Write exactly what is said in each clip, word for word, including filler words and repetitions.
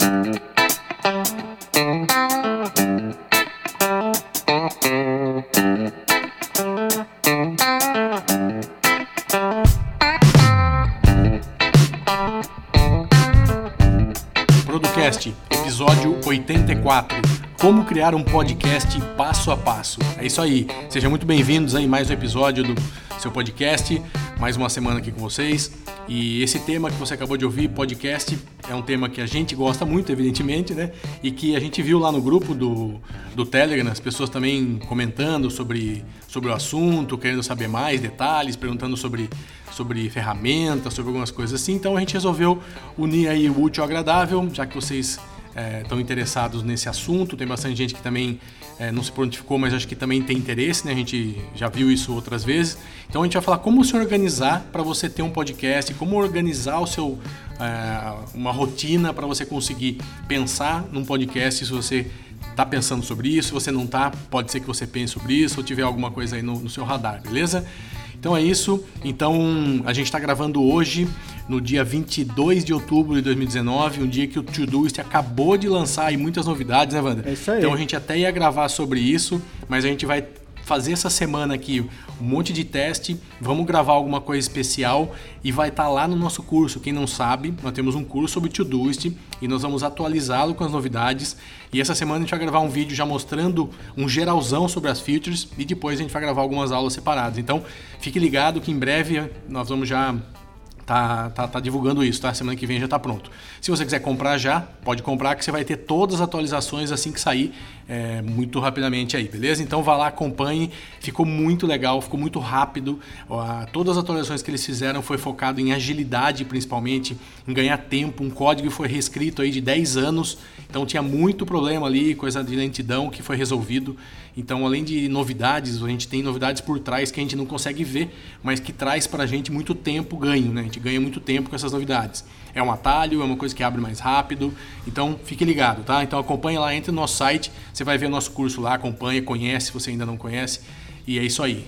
Producast, episódio oitenta e quatro. Como criar um podcast passo a passo. É isso aí. Sejam muito bem-vindos aí mais um episódio do seu podcast. Mais uma semana aqui com vocês. E esse tema que você acabou de ouvir, podcast, é um tema que a gente gosta muito, evidentemente, né? E que a gente viu lá no grupo do, do Telegram, as pessoas também comentando sobre, sobre o assunto, querendo saber mais detalhes, perguntando sobre, sobre ferramentas, sobre algumas coisas assim. Então a gente resolveu unir aí o útil ao agradável, já que vocês é, estão interessados nesse assunto. Tem bastante gente que também é, não se prontificou, mas acho que também tem interesse, né? A gente já viu isso outras vezes. Então a gente vai falar como se organizar para você ter um podcast, como organizar o seu, é, uma rotina para você conseguir pensar num podcast. Se você está pensando sobre isso, se você não está, pode ser que você pense sobre isso ou tiver alguma coisa aí no, no seu radar, beleza? Então é isso. Então a gente está gravando hoje, no dia vinte e dois de outubro de dois mil e dezenove, um dia que o Todoist acabou de lançar aí muitas novidades, né, Wander? É isso aí. Então a gente até ia gravar sobre isso, mas a gente vai fazer essa semana aqui um monte de teste, vamos gravar alguma coisa especial e vai estar lá no nosso curso. Quem não sabe, nós temos um curso sobre Todoist e nós vamos atualizá-lo com as novidades. E essa semana a gente vai gravar um vídeo já mostrando um geralzão sobre as features e depois a gente vai gravar algumas aulas separadas. Então fique ligado que em breve nós vamos já Tá, tá, tá divulgando isso, tá? Semana que vem já tá pronto. Se você quiser comprar já, pode comprar que você vai ter todas as atualizações assim que sair é, muito rapidamente aí, beleza? Então vá lá, acompanhe, ficou muito legal, ficou muito rápido. Ó, todas as atualizações que eles fizeram foi focado em agilidade principalmente, em ganhar tempo. Um código foi reescrito aí de dez anos, então tinha muito problema ali, coisa de lentidão que foi resolvido. Então além de novidades, a gente tem novidades por trás que a gente não consegue ver, mas que traz pra gente muito tempo ganho, né? A gente ganha muito tempo com essas novidades. É um atalho, é uma coisa que abre mais rápido, então fique ligado, tá? Então acompanha lá, entre no nosso site, você vai ver o nosso curso lá, acompanha, conhece, se você ainda não conhece, e é isso aí.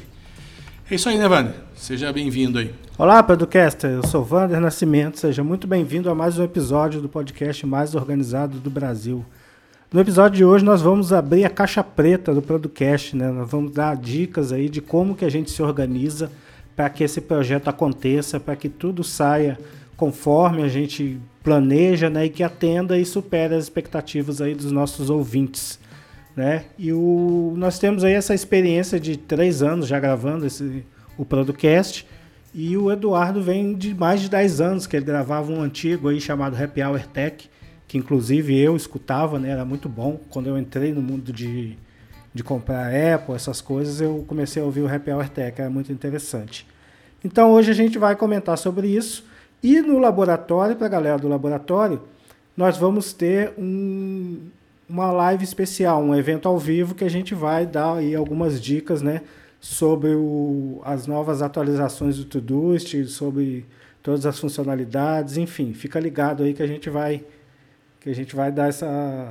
É isso aí, né, Wander? Seja bem-vindo aí. Olá, Podcaster, eu sou Wander Nascimento, seja muito bem-vindo a mais um episódio do podcast mais organizado do Brasil. No episódio de hoje nós vamos abrir a caixa preta do Podcast, né? Nós vamos dar dicas aí de como que a gente se organiza para que esse projeto aconteça, para que tudo saia conforme a gente planeja, né? E que atenda e supere as expectativas aí dos nossos ouvintes, né? E o, nós temos aí essa experiência de três anos já gravando esse, o Podcast, e o Eduardo vem de mais de dez anos que ele gravava um antigo aí chamado Happy Hour Tech, que inclusive eu escutava, né? Era muito bom. Quando eu entrei no mundo de, de comprar Apple, essas coisas, eu comecei a ouvir o Happy Hour Tech, era muito interessante. Então hoje a gente vai comentar sobre isso, e no laboratório, para a galera do laboratório, nós vamos ter um, uma live especial, um evento ao vivo que a gente vai dar aí algumas dicas, né, sobre o, as novas atualizações do Todoist, sobre todas as funcionalidades, enfim, fica ligado aí que a gente vai que a gente vai dar essa,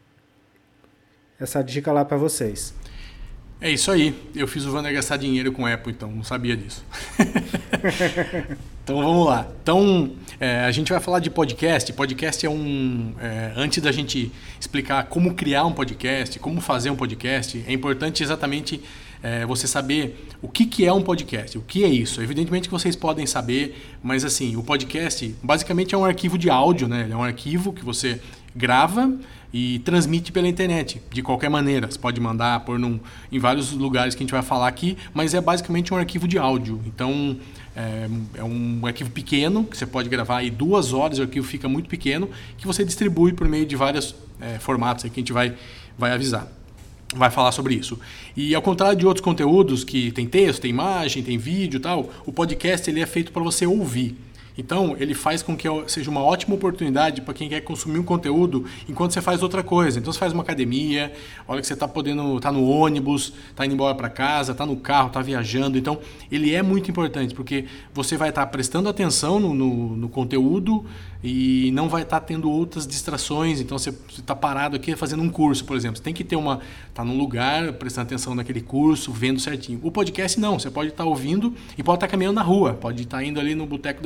essa dica lá para vocês. É isso aí. Eu fiz o Wander gastar dinheiro com Apple, então não sabia disso. Então vamos lá. Então é, a gente vai falar de podcast. Podcast é um... É, antes da gente explicar como criar um podcast, como fazer um podcast, é importante exatamente é, você saber o que, que é um podcast. O que é isso? Evidentemente que vocês podem saber, mas assim, o podcast basicamente é um arquivo de áudio, né? Ele é um arquivo que você grava e transmite pela internet, de qualquer maneira. Você pode mandar por num, em vários lugares que a gente vai falar aqui, mas é basicamente um arquivo de áudio. Então, é, é um arquivo pequeno, que você pode gravar aí duas horas, o arquivo fica muito pequeno, que você distribui por meio de vários é, formatos aí que a gente vai, vai avisar. Vai falar sobre isso. E ao contrário de outros conteúdos que tem texto, tem imagem, tem vídeo e tal, o podcast ele é feito para você ouvir. Então, ele faz com que seja uma ótima oportunidade para quem quer consumir um conteúdo enquanto você faz outra coisa. Então, você faz uma academia, a hora que você está podendo, tá no ônibus, está indo embora para casa, está no carro, está viajando. Então, ele é muito importante, porque você vai estar tá prestando atenção no, no, no conteúdo e não vai estar tá tendo outras distrações. Então, você está parado aqui fazendo um curso, por exemplo. Você tem que ter uma... Tá num lugar, prestando atenção naquele curso, vendo certinho. O podcast, não. Você pode estar tá ouvindo e pode estar tá caminhando na rua. Pode estar tá indo ali no boteco da esquina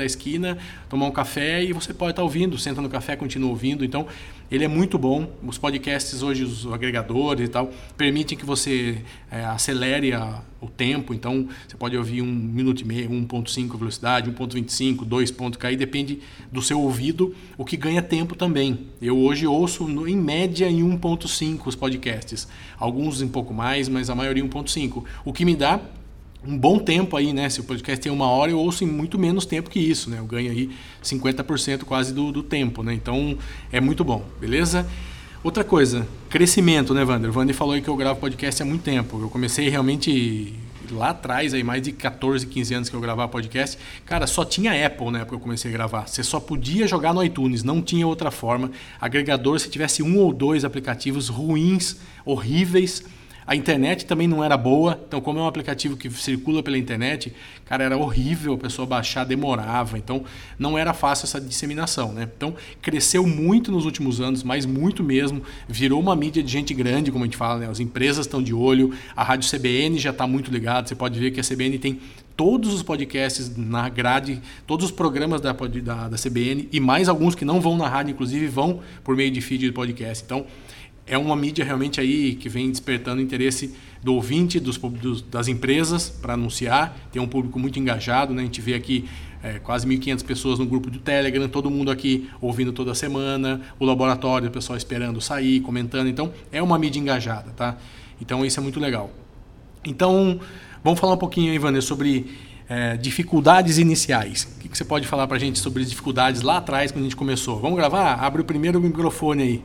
esquina, tomar um café e você pode estar ouvindo, senta no café, continua ouvindo. Então, ele é muito bom. Os podcasts hoje, os agregadores e tal, permitem que você é, acelere a, o tempo. Então, você pode ouvir um minuto e meio, um ponto cinco velocidade, um ponto vinte e cinco, dois ponto k, depende do seu ouvido, o que ganha tempo também. Eu hoje ouço, no, em média, em um ponto cinco os podcasts. Alguns em pouco mais, mas a maioria em um ponto cinco. O que me dá um bom tempo aí, né? Se o podcast tem uma hora, eu ouço em muito menos tempo que isso, né? Eu ganho aí cinquenta por cento quase do, do tempo, né? Então, é muito bom, beleza? Outra coisa, crescimento, né, Wander? O Wander falou aí que eu gravo podcast há muito tempo. Eu comecei realmente lá atrás, aí mais de catorze, quinze anos que eu gravava podcast. Cara, só tinha Apple na época que eu comecei a gravar. Você só podia jogar no iTunes, não tinha outra forma. Agregador, se tivesse um ou dois aplicativos ruins, horríveis. A internet também não era boa, então como é um aplicativo que circula pela internet, cara, era horrível, a pessoa baixar demorava, então não era fácil essa disseminação, né? Então cresceu muito nos últimos anos, mas muito mesmo, virou uma mídia de gente grande, como a gente fala, né? As empresas estão de olho, a Rádio C B N já está muito ligada, você pode ver que a C B N tem todos os podcasts na grade, todos os programas da, da, da C B N e mais alguns que não vão na rádio, inclusive vão por meio de feed de podcast, então é uma mídia realmente aí que vem despertando o interesse do ouvinte, dos, dos, das empresas para anunciar. Tem um público muito engajado, né? A gente vê aqui é, quase mil e quinhentas pessoas no grupo do Telegram, todo mundo aqui ouvindo toda semana, o laboratório, o pessoal esperando sair, comentando. Então, é uma mídia engajada, tá? Então, isso é muito legal. Então, vamos falar um pouquinho aí, Wander, sobre é, dificuldades iniciais. O que, que você pode falar para a gente sobre as dificuldades lá atrás, quando a gente começou? Vamos gravar? Abre o primeiro microfone aí.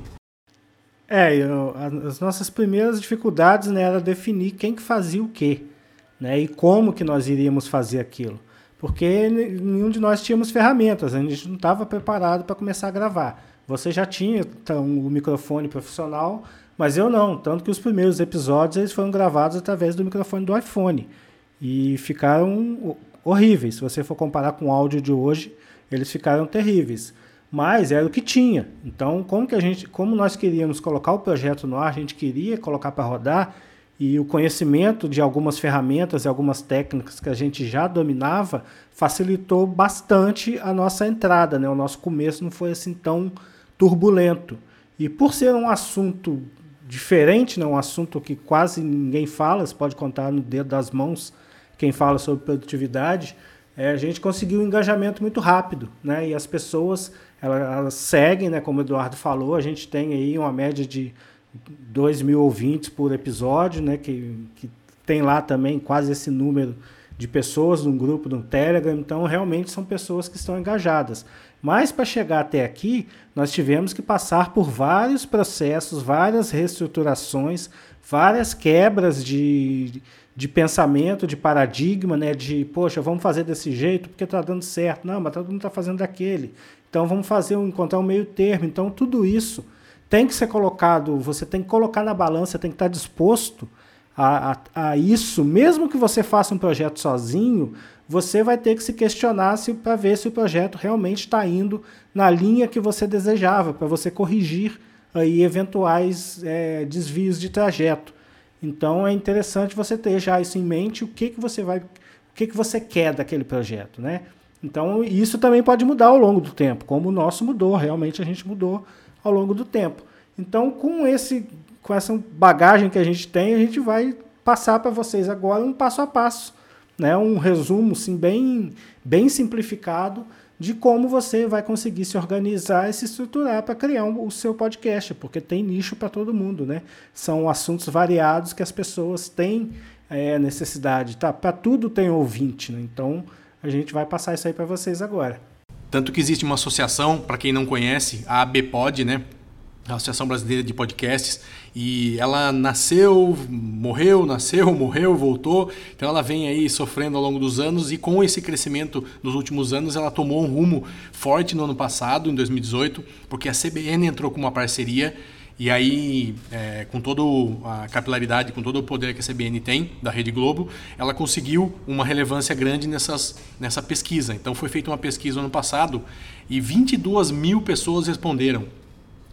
É, eu, as nossas primeiras dificuldades, né, era definir quem que fazia o quê, né, e como que nós iríamos fazer aquilo. Porque nenhum de nós tínhamos ferramentas, a gente não estava preparado para começar a gravar. Você já tinha então, o microfone profissional, mas eu não. Tanto que os primeiros episódios eles foram gravados através do microfone do iPhone. E ficaram horríveis. Se você for comparar com o áudio de hoje, eles ficaram terríveis. Mas era o que tinha. Então, como, que a gente, como nós queríamos colocar o projeto no ar, a gente queria colocar para rodar, e o conhecimento de algumas ferramentas e algumas técnicas que a gente já dominava facilitou bastante a nossa entrada, né? O nosso começo não foi assim tão turbulento. E por ser um assunto diferente, né? Um assunto que quase ninguém fala, você pode contar no dedo das mãos quem fala sobre produtividade, é, a gente conseguiu um engajamento muito rápido, né? E as pessoas elas, elas seguem, né? Como o Eduardo falou, a gente tem aí uma média de dois mil ouvintes por episódio, né? Que, que tem lá também quase esse número de pessoas num grupo no Telegram. Então, realmente são pessoas que estão engajadas. Mas para chegar até aqui, nós tivemos que passar por vários processos, várias reestruturações, várias quebras de, de pensamento, de paradigma, né? De, poxa, vamos fazer desse jeito porque está dando certo. Não, mas todo mundo está fazendo daquele. Então, vamos fazer, encontrar um meio termo. Então, tudo isso tem que ser colocado, você tem que colocar na balança, tem que estar disposto a, a, a isso. Mesmo que você faça um projeto sozinho, você vai ter que se questionar se, para ver se o projeto realmente está indo na linha que você desejava, para você corrigir aí eventuais é, desvios de trajeto. Então é interessante você ter já isso em mente, o que, que você vai, o que, que você quer daquele projeto, né? Então isso também pode mudar ao longo do tempo, como o nosso mudou, realmente a gente mudou ao longo do tempo. Então com, esse, com essa bagagem que a gente tem, a gente vai passar para vocês agora um passo a passo, né, um resumo assim, bem, bem simplificado de como você vai conseguir se organizar e se estruturar para criar um, o seu podcast, porque tem nicho para todo mundo, né? São assuntos variados que as pessoas têm é, necessidade. Tá? Para tudo tem ouvinte, né? Então a gente vai passar isso aí para vocês agora. Tanto que existe uma associação, para quem não conhece, a ABPod, né? A Associação Brasileira de Podcasts, e ela nasceu, morreu, nasceu, morreu, voltou, então ela vem aí sofrendo ao longo dos anos, e com esse crescimento nos últimos anos, ela tomou um rumo forte no ano passado, em dois mil e dezoito, porque a C B N entrou com uma parceria, e aí, é, com toda a capilaridade, com todo o poder que a C B N tem, da Rede Globo, ela conseguiu uma relevância grande nessas, nessa pesquisa. Então foi feita uma pesquisa no ano passado, e vinte e duas mil pessoas responderam.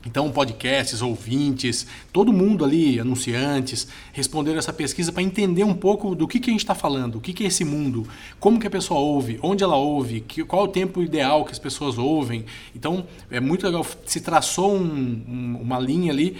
Então, podcasts, ouvintes, todo mundo ali, anunciantes, responderam essa pesquisa para entender um pouco do que, que a gente está falando, o que, que é esse mundo, como que a pessoa ouve, onde ela ouve, que, qual é o tempo ideal que as pessoas ouvem. Então, é muito legal, se traçou um, um, uma linha ali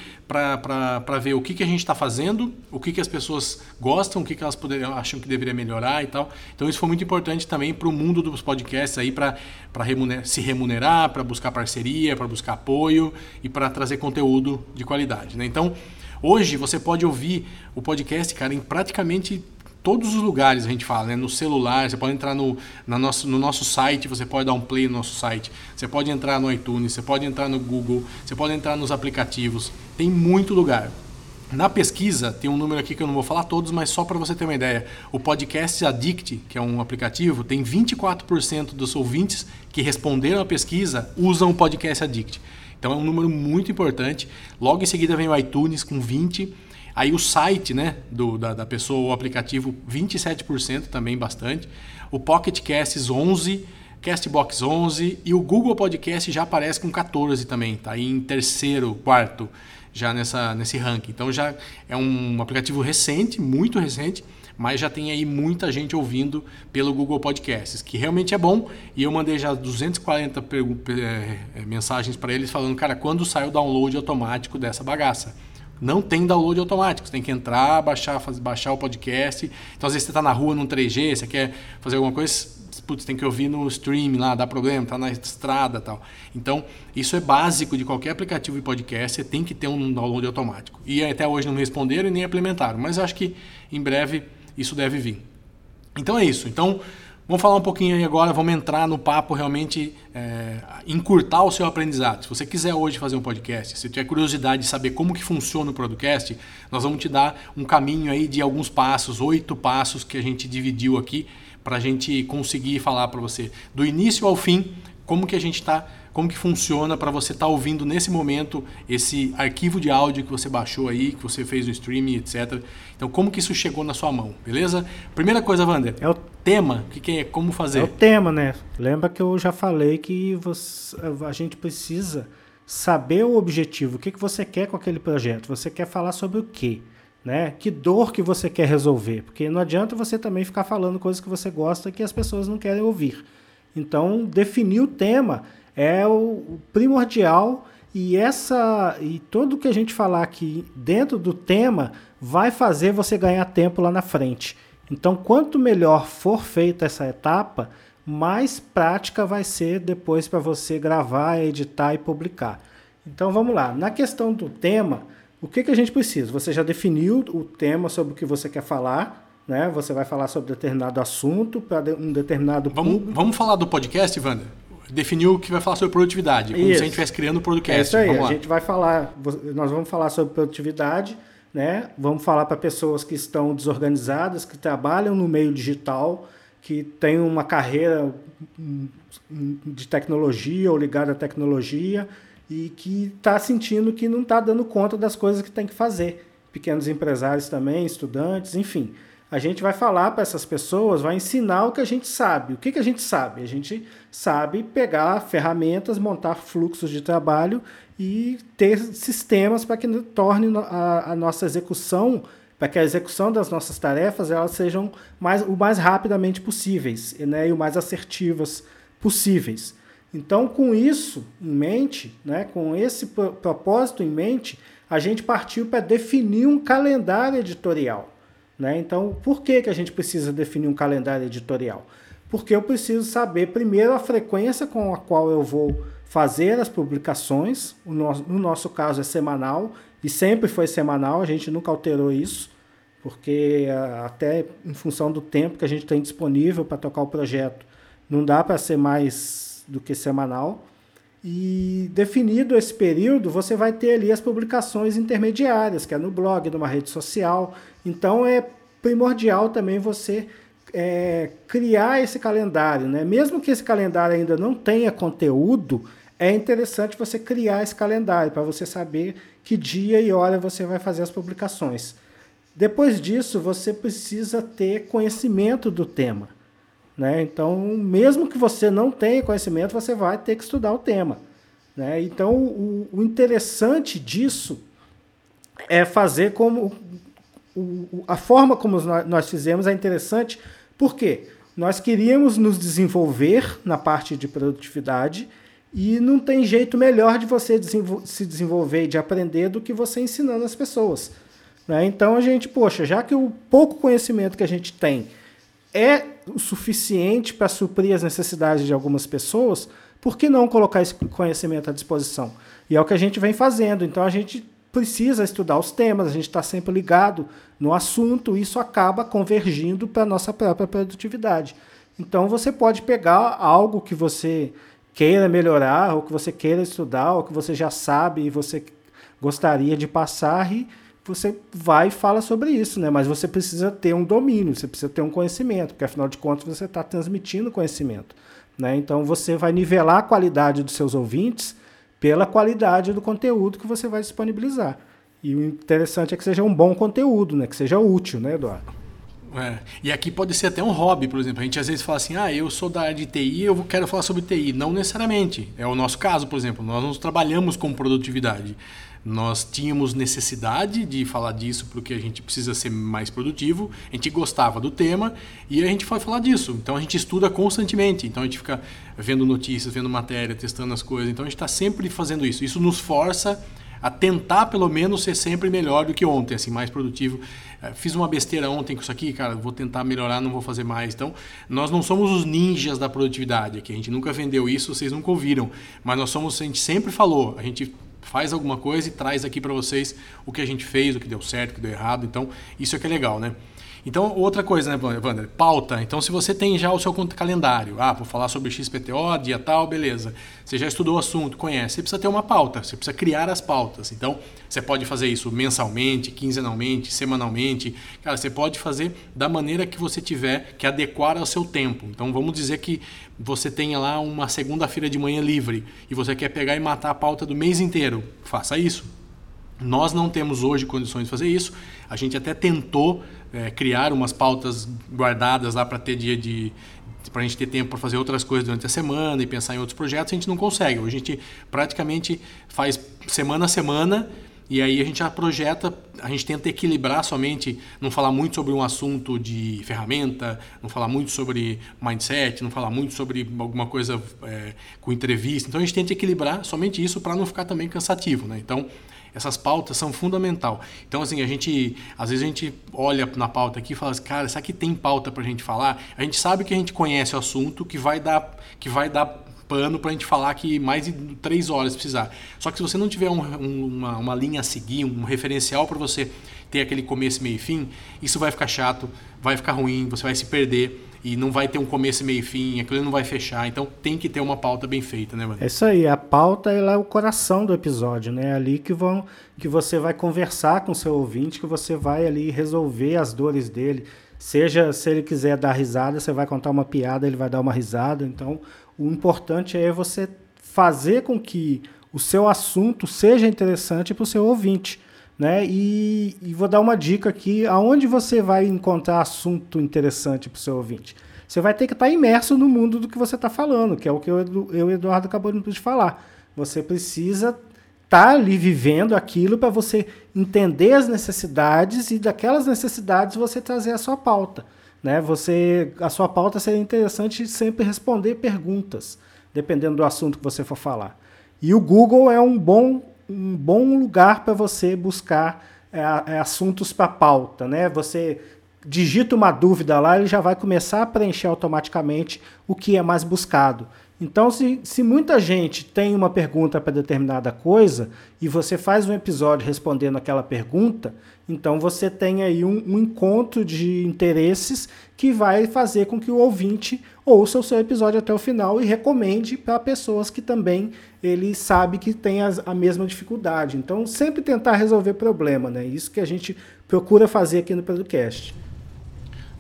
para ver o que, que a gente está fazendo, o que, que as pessoas gostam, o que, que elas poderiam, acham que deveria melhorar e tal. Então, isso foi muito importante também para o mundo dos podcasts, aí para remuner, se remunerar, para buscar parceria, para buscar apoio e para trazer conteúdo de qualidade, né? Então, hoje você pode ouvir o podcast, cara, em praticamente todos os lugares, a gente fala, né? No celular, você pode entrar no, na nosso, no nosso site, você pode dar um play no nosso site, você pode entrar no iTunes, você pode entrar no Google, você pode entrar nos aplicativos, tem muito lugar. Na pesquisa, tem um número aqui que eu não vou falar todos, mas só para você ter uma ideia. O Podcast Addict, que é um aplicativo, tem vinte e quatro por cento dos ouvintes que responderam à pesquisa usam o Podcast Addict. Então é um número muito importante. Logo em seguida vem o iTunes com vinte por cento. Aí o site, né, do, da, da pessoa, o aplicativo, vinte e sete por cento, também bastante. O Pocket Casts, onze por cento. Castbox, onze por cento. E o Google Podcast já aparece com quatorze por cento também. Está em terceiro, quarto, já nessa, nesse ranking. Então já é um aplicativo recente, muito recente, mas já tem aí muita gente ouvindo pelo Google Podcasts, que realmente é bom. E eu mandei já duzentas e quarenta pergu- é, mensagens para eles falando, cara, quando sai o download automático dessa bagaça? Não tem download automático, você tem que entrar, baixar, fazer, baixar o podcast. Então, às vezes você está na rua num três G, você quer fazer alguma coisa, putz, tem que ouvir no stream lá, dá problema, está na estrada e tal. Então, isso é básico de qualquer aplicativo de podcast, você tem que ter um download automático. E até hoje não me responderam e nem implementaram, mas eu acho que em breve isso deve vir. Então é isso. Então, vamos falar um pouquinho aí agora, vamos entrar no papo realmente, é, encurtar o seu aprendizado. Se você quiser hoje fazer um podcast, se tiver curiosidade de saber como que funciona o podcast, nós vamos te dar um caminho aí de alguns passos, oito passos que a gente dividiu aqui para a gente conseguir falar para você do início ao fim, como que a gente está, como que funciona para você estar tá ouvindo nesse momento esse arquivo de áudio que você baixou aí, que você fez no streaming, etcétera. Então, como que isso chegou na sua mão, beleza? Primeira coisa, Wander, é o tema, o que, que é, como fazer? É o tema, né? Lembra que eu já falei que você, a gente precisa saber o objetivo, o que, que você quer com aquele projeto, você quer falar sobre o quê? Né? Que dor que você quer resolver, porque não adianta você também ficar falando coisas que você gosta que as pessoas não querem ouvir. Então, definir o tema é o primordial e, essa, e tudo que a gente falar aqui dentro do tema vai fazer você ganhar tempo lá na frente. Então, quanto melhor for feita essa etapa, mais prática vai ser depois para você gravar, editar e publicar. Então, vamos lá. Na questão do tema, o que, que a gente precisa? Você já definiu o tema sobre o que você quer falar, né? Você vai falar sobre determinado assunto para um determinado vamos, público. Vamos falar do podcast, Wander? Definiu que vai falar sobre produtividade, como isso. Se a gente estivesse criando o podcast. É isso aí, vamos a lá. gente vai falar, nós vamos falar sobre produtividade, né? Vamos falar para pessoas que estão desorganizadas, que trabalham no meio digital, que têm uma carreira de tecnologia ou ligada à tecnologia e que está sentindo que não está dando conta das coisas que tem que fazer. Pequenos empresários também, estudantes, enfim. A gente vai falar para essas pessoas, vai ensinar o que a gente sabe. O que, que a gente sabe? A gente sabe pegar ferramentas, montar fluxos de trabalho e ter sistemas para que torne a, a nossa execução, para que a execução das nossas tarefas elas sejam mais, o mais rapidamente possíveis, né, e o mais assertivas possíveis. Então, com isso em mente, né, com esse propósito em mente, a gente partiu para definir um calendário editorial. Né? Então, por que, que a gente precisa definir um calendário editorial? Porque eu preciso saber, primeiro, a frequência com a qual eu vou fazer as publicações. O nosso, no nosso caso, é semanal, e sempre foi semanal, a gente nunca alterou isso, porque até em função do tempo que a gente tem disponível para tocar o projeto, não dá para ser mais do que semanal. E definido esse período, você vai ter ali as publicações intermediárias, que é no blog, numa rede social. Então, é primordial também você é, criar esse calendário, né? Mesmo que esse calendário ainda não tenha conteúdo, é interessante você criar esse calendário para você saber que dia e hora você vai fazer as publicações. Depois disso, você precisa ter conhecimento do tema. Né? Então, mesmo que você não tenha conhecimento, você vai ter que estudar o tema. né? Então, o, o interessante disso é fazer como... O, a forma como nós fizemos é interessante, porque nós queríamos nos desenvolver na parte de produtividade e não tem jeito melhor de você desenvol- se desenvolver e de aprender do que você ensinando as pessoas, né? Então a gente, poxa, já que o pouco conhecimento que a gente tem é o suficiente para suprir as necessidades de algumas pessoas, por que não colocar esse conhecimento à disposição? E é o que a gente vem fazendo. Então a gente precisa estudar os temas, a gente está sempre ligado no assunto, e isso acaba convergindo para a nossa própria produtividade. Então você pode pegar algo que você queira melhorar, ou que você queira estudar, ou que você já sabe e você gostaria de passar, e você vai e fala sobre isso, né? Mas você precisa ter um domínio, você precisa ter um conhecimento, porque afinal de contas você está transmitindo conhecimento, né? Então você vai nivelar a qualidade dos seus ouvintes pela qualidade do conteúdo que você vai disponibilizar. E o interessante é que seja um bom conteúdo, né? Que seja útil, né, Eduardo? É. E aqui pode ser até um hobby, por exemplo. A gente às vezes fala assim, ah, eu sou da área de T I, eu quero falar sobre T I. Não necessariamente. É o nosso caso, por exemplo. Nós não trabalhamos com produtividade. Nós tínhamos necessidade de falar disso porque a gente precisa ser mais produtivo. A gente gostava do tema e a gente foi falar disso. Então a gente estuda constantemente. Então a gente fica vendo notícias, vendo matéria, testando as coisas. Então a gente está sempre fazendo isso. Isso nos força a tentar pelo menos ser sempre melhor do que ontem, assim, mais produtivo. Fiz uma besteira ontem com isso aqui, cara, vou tentar melhorar, não vou fazer mais. Então, nós não somos os ninjas da produtividade aqui, a gente nunca vendeu isso, vocês nunca ouviram, mas nós somos, a gente sempre falou, a gente faz alguma coisa e traz aqui para vocês o que a gente fez, o que deu certo, o que deu errado, então isso é que é legal, né? Então, outra coisa, né, Wander? Pauta. Então, se você tem já o seu calendário, ah, vou falar sobre X P T O, dia tal, beleza. Você já estudou o assunto, conhece. Você precisa ter uma pauta, você precisa criar as pautas. Então, você pode fazer isso mensalmente, quinzenalmente, semanalmente. Cara, você pode fazer da maneira que você tiver, que adequar ao seu tempo. Então, vamos dizer que você tenha lá uma segunda-feira de manhã livre e você quer pegar e matar a pauta do mês inteiro. Faça isso. Nós não temos hoje condições de fazer isso. A gente até tentou é, criar umas pautas guardadas lá para ter dia de para a gente ter tempo para fazer outras coisas durante a semana e pensar em outros projetos. A gente não consegue. Hoje a gente praticamente faz semana a semana e aí a gente já projeta, a gente tenta equilibrar somente, não falar muito sobre um assunto de ferramenta, não falar muito sobre mindset, não falar muito sobre alguma coisa é, com entrevista. Então a gente tenta equilibrar somente isso para não ficar também cansativo, né? Então essas pautas são fundamental. Então, assim, a gente, às vezes a gente olha na pauta aqui e fala assim, cara, será que tem pauta pra gente falar? A gente sabe que a gente conhece o assunto, que vai dar, que vai dar pano pra gente falar que mais de três horas precisar. Só que se você não tiver um, um, uma, uma linha a seguir, um referencial para você ter aquele começo, meio e fim, isso vai ficar chato, vai ficar ruim, você vai se perder. E não vai ter um começo, meio e fim, aquilo não vai fechar. Então tem que ter uma pauta bem feita, né, mano? É isso aí, a pauta ela é o coração do episódio, né? É ali que, vão, que você vai conversar com o seu ouvinte, que você vai ali resolver as dores dele. Seja, se ele quiser dar risada, você vai contar uma piada, ele vai dar uma risada. Então, o importante é você fazer com que o seu assunto seja interessante para o seu ouvinte, né? E, e vou dar uma dica aqui, aonde você vai encontrar assunto interessante para o seu ouvinte? Você vai ter que estar imerso no mundo do que você está falando, que é o que eu, eu e o Eduardo acabamos de falar. Você precisa estar ali vivendo aquilo para você entender as necessidades e daquelas necessidades você trazer a sua pauta, né? Você, a sua pauta seria interessante sempre responder perguntas, dependendo do assunto que você for falar. E o Google é um bom um bom lugar para você buscar é, é, assuntos para pauta, né? Você digita uma dúvida lá, ele já vai começar a preencher automaticamente o que é mais buscado. Então, se, se muita gente tem uma pergunta para determinada coisa e você faz um episódio respondendo aquela pergunta, então você tem aí um, um encontro de interesses que vai fazer com que o ouvinte ouça o seu episódio até o final e recomende para pessoas que também ele sabe que tem as, a mesma dificuldade. Então, sempre tentar resolver problema, né? Isso que a gente procura fazer aqui no podcast.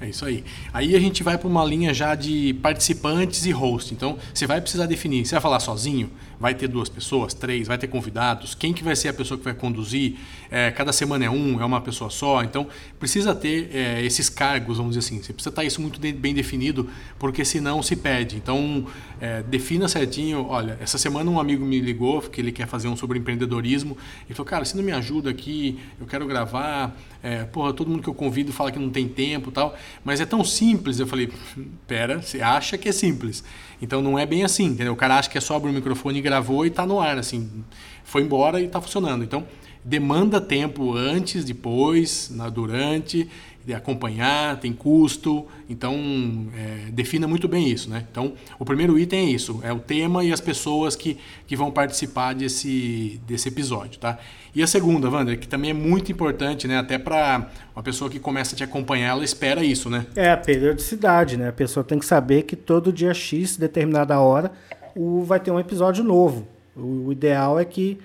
É isso aí. Aí a gente vai para uma linha já de participantes e host. Então, você vai precisar definir, você vai falar sozinho? Vai ter duas pessoas, três, vai ter convidados? Quem que vai ser a pessoa que vai conduzir? É, cada semana é um, é uma pessoa só? Então, precisa ter é, esses cargos, vamos dizer assim. Você precisa estar isso muito de, bem definido, porque senão se perde. Então, é, defina certinho. Olha, essa semana um amigo me ligou, porque ele quer fazer um sobre empreendedorismo. Ele falou, cara, você não me ajuda aqui, eu quero gravar. É, porra, todo mundo que eu convido fala que não tem tempo e tal. Mas é tão simples. Eu falei, pera, você acha que é simples? Então não é bem assim, entendeu? O cara acha que é só abrir o microfone e gravou e está no ar, assim, foi embora e está funcionando. Então demanda tempo antes, depois, na, durante, de acompanhar, tem custo. Então é, defina muito bem isso, né? Então o primeiro item é isso, é o tema e as pessoas que, que vão participar desse, desse episódio, tá? E a segunda, Wander, que também é muito importante, né? Até para uma pessoa que começa a te acompanhar, ela espera isso, né? É a periodicidade, né? A pessoa tem que saber que todo dia X, determinada hora, o, vai ter um episódio novo. O, o ideal é que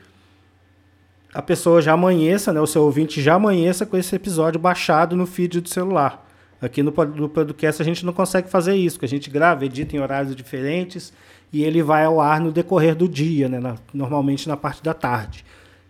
a pessoa já amanheça, né? O seu ouvinte já amanheça com esse episódio baixado no feed do celular. Aqui no, no podcast a gente não consegue fazer isso, porque a gente grava, edita em horários diferentes e ele vai ao ar no decorrer do dia, né? Na, normalmente na parte da tarde.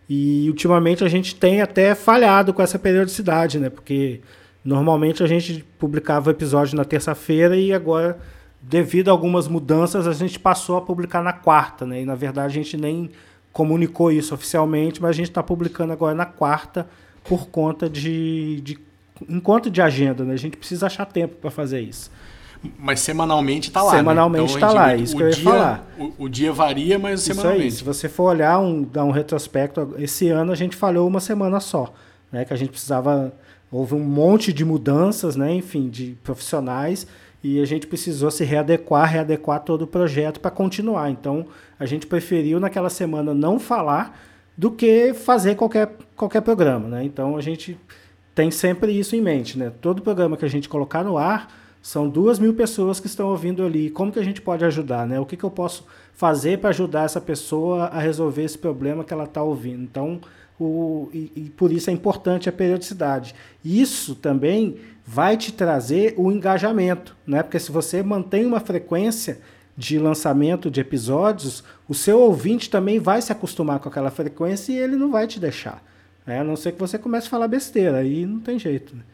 E ultimamente a gente tem até falhado com essa periodicidade, né? Porque normalmente a gente publicava o episódio na terça-feira e agora, devido a algumas mudanças, a gente passou a publicar na quarta, né? E na verdade a gente nem comunicou isso oficialmente, mas a gente está publicando agora na quarta por conta de, de encontro de agenda, né? A gente precisa achar tempo para fazer isso. Mas semanalmente está lá, Semanalmente está né? Então, lá, isso que eu ia dia, falar. O, o dia varia, mas isso semanalmente. Aí, se você for olhar, um, dar um retrospecto, esse ano a gente falhou uma semana só, né? Que a gente precisava, houve um monte de mudanças, né? Enfim, de profissionais, e a gente precisou se readequar, readequar todo o projeto para continuar. Então, a gente preferiu naquela semana não falar do que fazer qualquer, qualquer programa, né? Então, a gente tem sempre isso em mente, né? Todo programa que a gente colocar no ar, são duas mil pessoas que estão ouvindo ali. Como que a gente pode ajudar, né? O que, que eu posso fazer para ajudar essa pessoa a resolver esse problema que ela está ouvindo? Então, o, e, e por isso é importante a periodicidade. Isso também vai te trazer o engajamento, né? Porque se você mantém uma frequência de lançamento de episódios, o seu ouvinte também vai se acostumar com aquela frequência e ele não vai te deixar, né? A não ser que você comece a falar besteira, aí não tem jeito, né?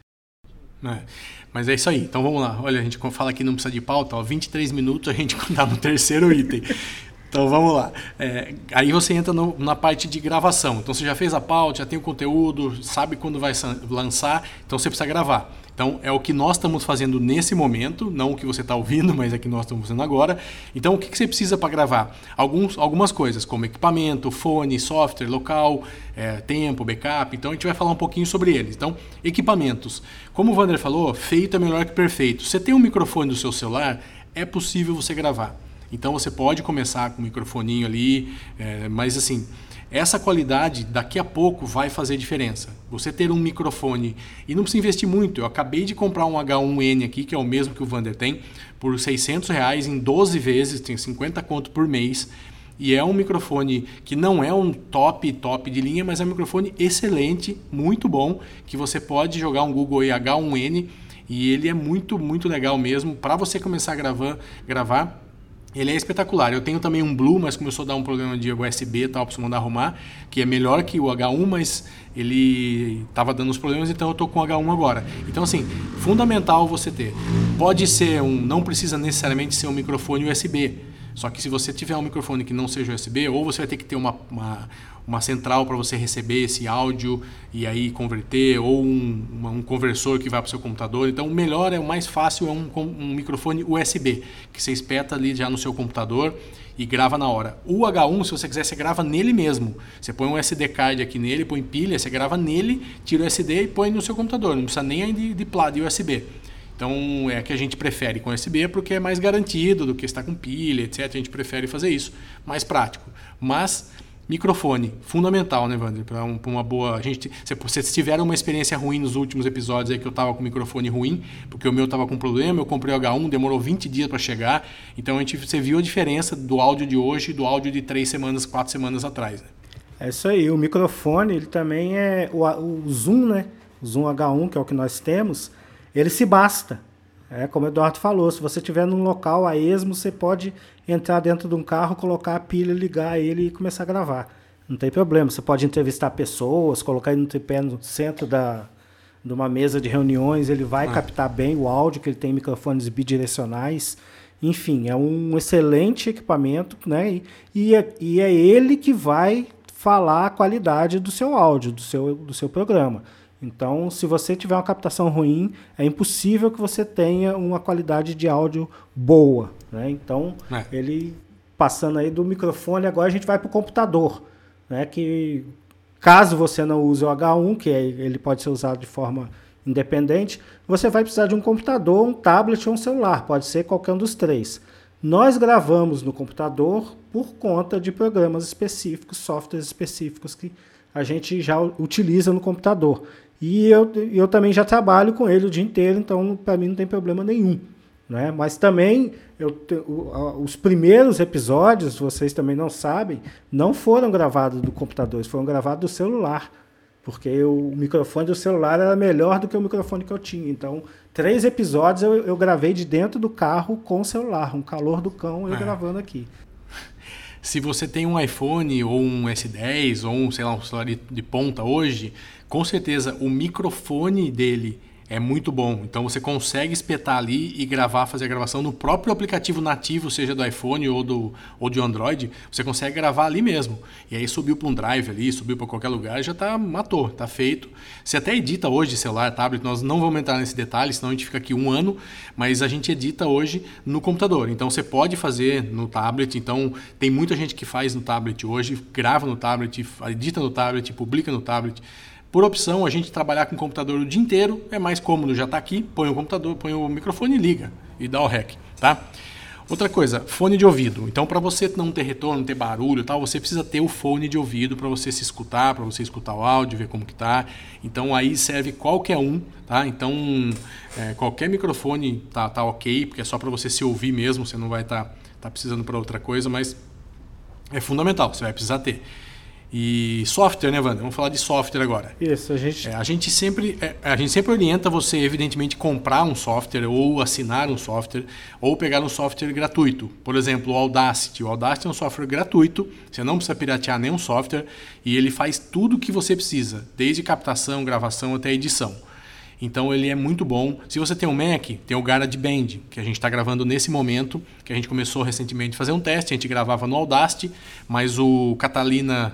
É, mas é isso aí, então vamos lá. Olha, a gente fala que não precisa de pauta, ó, vinte e três minutos a gente está no terceiro item. Então vamos lá. É, aí você entra no, na parte de gravação. Então você já fez a pauta, já tem o conteúdo, sabe quando vai lançar, então você precisa gravar. Então é o que nós estamos fazendo nesse momento, não o que você está ouvindo, mas é o que nós estamos fazendo agora. Então o que, que você precisa para gravar? Alguns, algumas coisas, como equipamento, fone, software, local, é, tempo, backup. Então a gente vai falar um pouquinho sobre eles. Então, equipamentos. Como o Wander falou, feito é melhor que perfeito. Você tem um microfone do seu celular, é possível você gravar. Então você pode começar com o microfoninho ali, é, mas assim, essa qualidade daqui a pouco vai fazer diferença. Você ter um microfone, e não precisa investir muito, eu acabei de comprar um H um N aqui, que é o mesmo que o Wander tem, por seiscentos reais em doze vezes, tem cinquenta conto por mês, e é um microfone que não é um top, top de linha, mas é um microfone excelente, muito bom, que você pode jogar um Google aí, H um N, e ele é muito, muito legal mesmo, para você começar a gravar, gravar. Ele é espetacular. Eu tenho também um Blue, mas começou a dar um problema de U S B e tal, preciso mandar arrumar, que é melhor que o H um, mas ele estava dando os problemas, então eu estou com o H um agora. Então, assim, fundamental você ter. Pode ser um, não precisa necessariamente ser um microfone U S B, só que se você tiver um microfone que não seja U S B, ou você vai ter que ter uma, uma, uma central para você receber esse áudio e aí converter, ou um, uma, um conversor que vai para o seu computador. Então o melhor, é o mais fácil, é um, um microfone U S B, que você espeta ali já no seu computador e grava na hora. O H um, se você quiser, você grava nele mesmo. Você põe um S D card aqui nele, põe pilha, você grava nele, tira o S D e põe no seu computador. Não precisa nem de, de, de U S B. Então é que a gente prefere com U S B porque é mais garantido do que estar com pilha, etcétera. A gente prefere fazer isso, mais prático. Mas microfone, fundamental, né, Wander? Para um, uma boa. A gente, se vocês tiveram uma experiência ruim nos últimos episódios aí que eu estava com o microfone ruim, porque o meu estava com problema, eu comprei o H um, demorou vinte dias para chegar. Então a gente, você viu a diferença do áudio de hoje e do áudio de três semanas, quatro semanas atrás. Né? É isso aí. O microfone, ele também é o, o Zoom, né? O Zoom H um, que é o que nós temos. ele se basta. É, como o Eduardo falou, se você estiver num local a esmo, você pode entrar dentro de um carro, colocar a pilha, ligar ele e começar a gravar. Não tem problema. Você pode entrevistar pessoas, colocar ele no tripé no centro da, de uma mesa de reuniões, ele vai ah. captar bem o áudio, que ele tem microfones bidirecionais. Enfim, é um excelente equipamento, né? E, e, é, e é ele que vai falar a qualidade do seu áudio, do seu, do seu programa. Então, se você tiver uma captação ruim, é impossível que você tenha uma qualidade de áudio boa, né? Então, é. ele passando aí do microfone, agora a gente vai para o computador, né? Que caso você não use o H um, que é, ele pode ser usado de forma independente, você vai precisar de um computador, um tablet ou um celular, pode ser qualquer um dos três. Nós gravamos no computador por conta de programas específicos, softwares específicos que a gente já utiliza no computador. E eu, eu também já trabalho com ele o dia inteiro, então para mim não tem problema nenhum, né? Mas também, eu, os primeiros episódios, vocês também não sabem, não foram gravados do computador, eles foram gravados do celular, porque o microfone do celular era melhor do que o microfone que eu tinha. Então, três episódios eu, eu gravei de dentro do carro com o celular, um calor do cão, eu é. gravando aqui. Se você tem um iPhone ou um S dez ou um, sei lá, um celular de, de ponta hoje, com certeza o microfone dele é muito bom. Então você consegue espetar ali e gravar, fazer a gravação no próprio aplicativo nativo, seja do iPhone ou do, ou de Android, você consegue gravar ali mesmo. E aí subiu para um drive ali, subiu para qualquer lugar, já tá, matou, tá feito. Você até edita hoje de celular, tablet, nós não vamos entrar nesse detalhe, senão a gente fica aqui um ano, mas a gente edita hoje no computador. Então você pode fazer no tablet, então tem muita gente que faz no tablet hoje, grava no tablet, edita no tablet, publica no tablet. Por opção, a gente trabalhar com o computador o dia inteiro é mais cômodo, já está aqui, põe o computador, põe o microfone e liga e dá o rec, tá? Outra coisa, fone de ouvido. Então, para você não ter retorno, não ter barulho e tal, você precisa ter o fone de ouvido para você se escutar, para você escutar o áudio, ver como que tá. Então, aí serve qualquer um, tá? Então, é, qualquer microfone tá, tá ok, porque é só para você se ouvir mesmo, você não vai estar tá, tá precisando para outra coisa, mas é fundamental, você vai precisar ter. E software, né, Wander? Vamos falar de software agora. Isso, a gente... É, a gente sempre, é, a gente sempre orienta você, evidentemente, comprar um software ou assinar um software ou pegar um software gratuito. Por exemplo, o Audacity. O Audacity é um software gratuito, você não precisa piratear nenhum software e ele faz tudo o que você precisa, desde captação, gravação até edição. Então ele é muito bom. Se você tem um Mac, tem o GarageBand, que a gente está gravando nesse momento, que a gente começou recentemente a fazer um teste, a gente gravava no Audacity, mas o Catalina,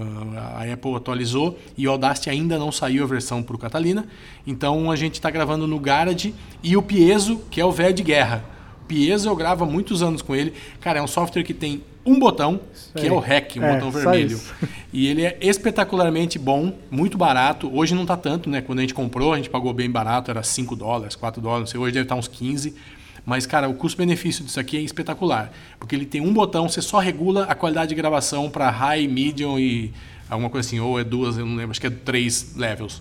a Apple atualizou e o Audacity ainda não saiu a versão para o Catalina. Então a gente está gravando no Garage e o Piezo, que é o velho de guerra. O Piezo eu gravo há muitos anos com ele. Cara, é um software que tem um botão, que é o REC, um é, botão vermelho. E ele é espetacularmente bom, muito barato. Hoje não está tanto, né? Quando a gente comprou, a gente pagou bem barato, era cinco dólares, quatro dólares, não sei, hoje deve estar uns quinze. Mas, cara, o custo-benefício disso aqui é espetacular. Porque ele tem um botão, você só regula a qualidade de gravação para high, medium e alguma coisa assim, ou é duas, eu não lembro, acho que é três levels.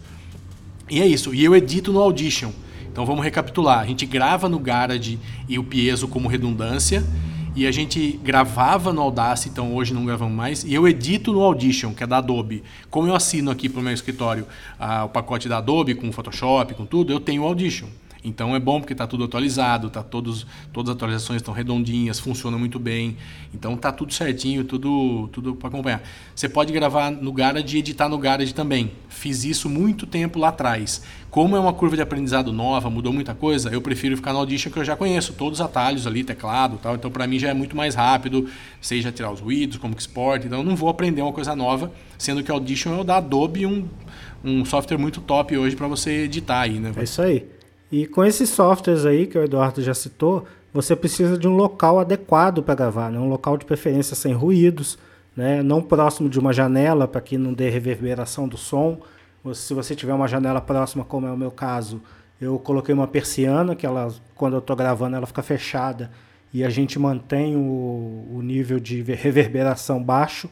E é isso. E eu edito no Audition. Então vamos recapitular. A gente grava no Garage e o Piezo como redundância. E a gente gravava no Audacity, então hoje não gravamos mais. E eu edito no Audition, que é da Adobe. Como eu assino aqui para o meu escritório ah, o pacote da Adobe, com Photoshop, com tudo, eu tenho o Audition. Então é bom porque está tudo atualizado, tá todos, todas as atualizações estão redondinhas, funciona muito bem. Então está tudo certinho, tudo, tudo para acompanhar. Você pode gravar no Garage e editar no Garage também. Fiz isso muito tempo lá atrás. Como é uma curva de aprendizado nova, mudou muita coisa, eu prefiro ficar no Audition, que eu já conheço todos os atalhos ali, teclado e tal. Então para mim já é muito mais rápido, seja tirar os ruídos, como que export. Então eu não vou aprender uma coisa nova, sendo que o Audition é o da Adobe, um, um software muito top hoje para você editar aí, né? É isso aí. E com esses softwares aí que o Eduardo já citou, você precisa de um local adequado para gravar, né? Um local de preferência sem ruídos, né? Não próximo de uma janela para que não dê reverberação do som. Se você tiver uma janela próxima, como é o meu caso, eu coloquei uma persiana, que ela, quando eu estou gravando ela fica fechada e a gente mantém o, o nível de reverberação baixo.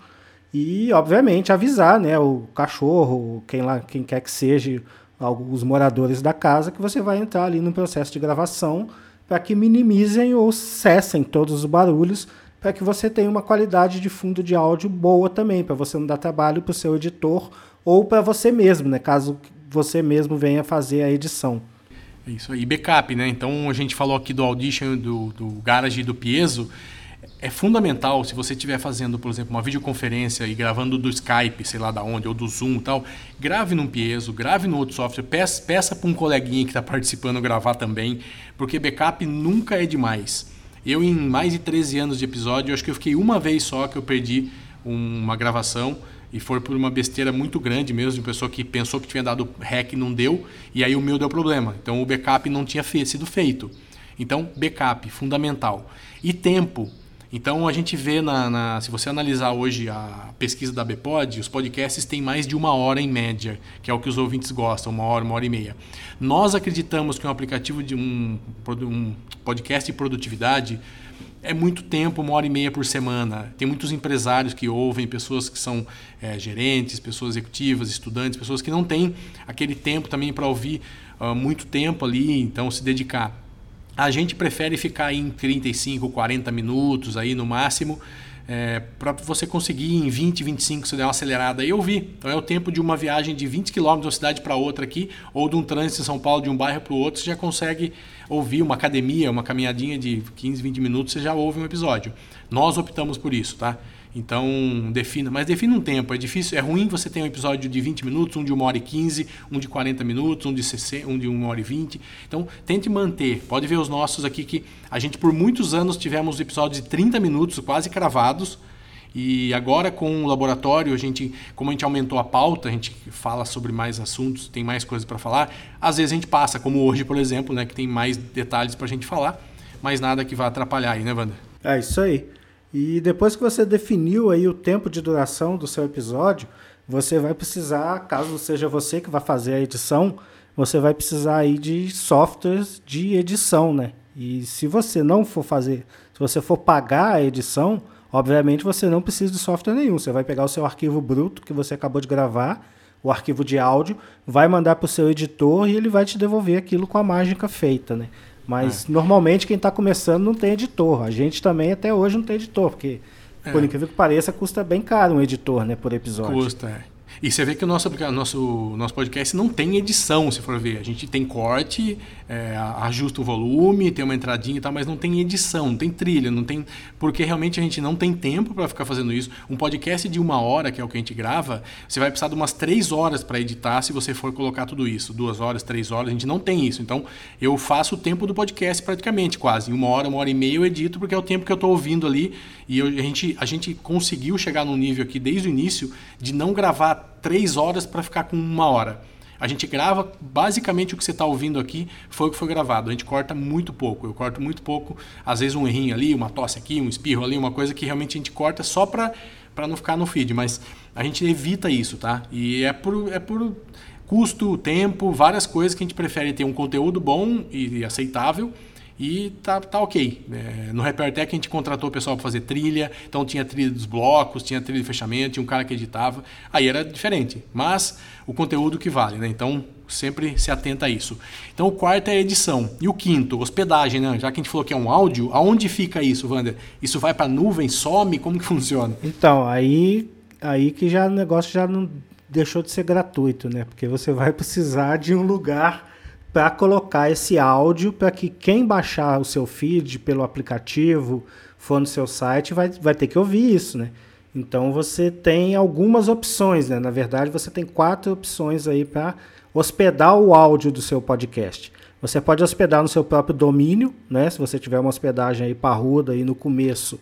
E, obviamente, avisar, né, o cachorro, quem, lá, quem quer que seja, os moradores da casa, que você vai entrar ali no processo de gravação para que minimizem ou cessem todos os barulhos, para que você tenha uma qualidade de fundo de áudio boa também, para você não dar trabalho para o seu editor ou para você mesmo, né, caso você mesmo venha fazer a edição. Isso aí, backup, né? Então a gente falou aqui do Audition, do, do Garage e do Piezo. É fundamental, se você estiver fazendo, por exemplo, uma videoconferência e gravando do Skype, sei lá da onde, ou do Zoom e tal, grave num Piezo, grave no outro software, peça, peça para um coleguinha que está participando gravar também, porque backup nunca é demais. Eu, em mais de treze anos de episódio, acho que eu fiquei uma vez só que eu perdi uma gravação, e foi por uma besteira muito grande mesmo, de uma pessoa que pensou que tinha dado hack e não deu, e aí o meu deu problema. Então o backup não tinha fe- sido feito. Então, backup, fundamental. E tempo. Então a gente vê, na, na, se você analisar hoje a pesquisa da B P O D, os podcasts têm mais de uma hora em média, que é o que os ouvintes gostam, uma hora, uma hora e meia. Nós acreditamos que um aplicativo de um, um podcast de produtividade é muito tempo, uma hora e meia por semana. Tem muitos empresários que ouvem, pessoas que são é, gerentes, pessoas executivas, estudantes, pessoas que não têm aquele tempo também para ouvir uh, muito tempo ali, então se dedicar. A gente prefere ficar em trinta e cinco, quarenta minutos aí no máximo, é, para você conseguir em vinte, vinte e cinco, se der uma acelerada e ouvir. Então é o tempo de uma viagem de vinte quilômetros de uma cidade para outra aqui, ou de um trânsito em São Paulo de um bairro para o outro, você já consegue ouvir uma academia, uma caminhadinha de quinze, vinte minutos, você já ouve um episódio. Nós optamos por isso, tá? Então, defina, mas defina um tempo. É difícil, é ruim você ter um episódio de vinte minutos, um de uma hora e quinze, um de quarenta minutos, um de sessenta, um de uma hora e vinte. Então, tente manter. Pode ver os nossos aqui que a gente por muitos anos tivemos episódios de trinta minutos, quase cravados. E agora com o laboratório, a gente, como a gente aumentou a pauta, a gente fala sobre mais assuntos, tem mais coisas para falar. Às vezes a gente passa, como hoje, por exemplo, né, que tem mais detalhes para a gente falar, mas nada que vá atrapalhar aí, né, Wander? É isso aí. E depois que você definiu aí o tempo de duração do seu episódio, você vai precisar, caso seja você que vai fazer a edição, você vai precisar aí de softwares de edição, né? E se você não for fazer, se você for pagar a edição, obviamente você não precisa de software nenhum. Você vai pegar o seu arquivo bruto que você acabou de gravar, o arquivo de áudio, vai mandar para o seu editor e ele vai te devolver aquilo com a mágica feita, né? Mas é. Normalmente quem está começando não tem editor. A gente também até hoje não tem editor, porque, é. por incrível que pareça, custa bem caro um editor, né, por episódio. Custa, é. E você vê que o nosso, nosso, nosso podcast não tem edição, se for ver. A gente tem corte, é, ajusta o volume, tem uma entradinha e tal, mas não tem edição, não tem trilha, não tem, porque realmente a gente não tem tempo para ficar fazendo isso. Um podcast de uma hora, que é o que a gente grava, você vai precisar de umas três horas para editar se você for colocar tudo isso. Duas horas, três horas, a gente não tem isso. Então, eu faço o tempo do podcast praticamente, quase. Em uma hora, uma hora e meia eu edito, porque é o tempo que eu estou ouvindo ali. E eu, a, gente, a gente conseguiu chegar num nível aqui, desde o início, de não gravar três horas para ficar com uma hora. A gente grava, basicamente o que você está ouvindo aqui foi o que foi gravado. A gente corta muito pouco. Eu corto muito pouco, às vezes um errinho ali, uma tosse aqui, um espirro ali, uma coisa que realmente a gente corta só para para não ficar no feed. Mas a gente evita isso, tá? E é por, é por custo, tempo, várias coisas que a gente prefere ter um conteúdo bom e aceitável. E tá, tá ok. É, no Repertec a gente contratou o pessoal para fazer trilha, então tinha trilha dos blocos, tinha trilha de fechamento, tinha um cara que editava, aí era diferente, mas o conteúdo que vale, né? Então sempre se atenta a isso. Então o quarto é a edição. E o quinto, hospedagem, né? Já que a gente falou que é um áudio, aonde fica isso, Wander? Isso vai para nuvem, some? Como que funciona? Então, aí, aí que já o negócio já não deixou de ser gratuito, né? Porque você vai precisar de um lugar para colocar esse áudio para que quem baixar o seu feed pelo aplicativo, for no seu site, vai, vai ter que ouvir isso, né? Então você tem algumas opções, né? Na verdade, você tem quatro opções aí para hospedar o áudio do seu podcast. Você pode hospedar no seu próprio domínio, né? Se você tiver uma hospedagem aí parruda aí no começo,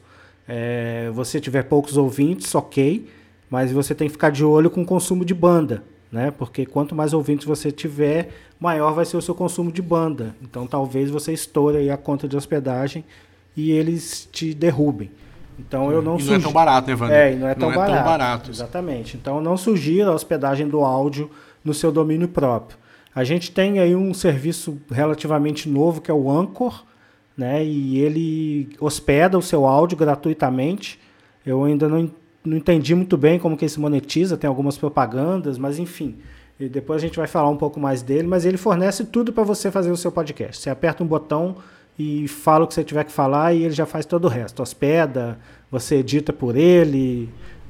é, você tiver poucos ouvintes, ok, mas você tem que ficar de olho com o consumo de banda, né? Porque quanto mais ouvintes você tiver, maior vai ser o seu consumo de banda. Então talvez você estoure aí a conta de hospedagem e eles te derrubem. Então eu não e não sugi... é tão barato, né, Wander? É, e não é tão não barato. É tão barato. Exatamente. Então eu não sugiro a hospedagem do áudio no seu domínio próprio. A gente tem aí um serviço relativamente novo que é o Anchor, né? E ele hospeda o seu áudio gratuitamente. Eu ainda não Não entendi muito bem como que ele se monetiza, tem algumas propagandas, mas enfim. E depois a gente vai falar um pouco mais dele, mas ele fornece tudo para você fazer o seu podcast. Você aperta um botão e fala o que você tiver que falar e ele já faz todo o resto. Hospeda, você edita por ele,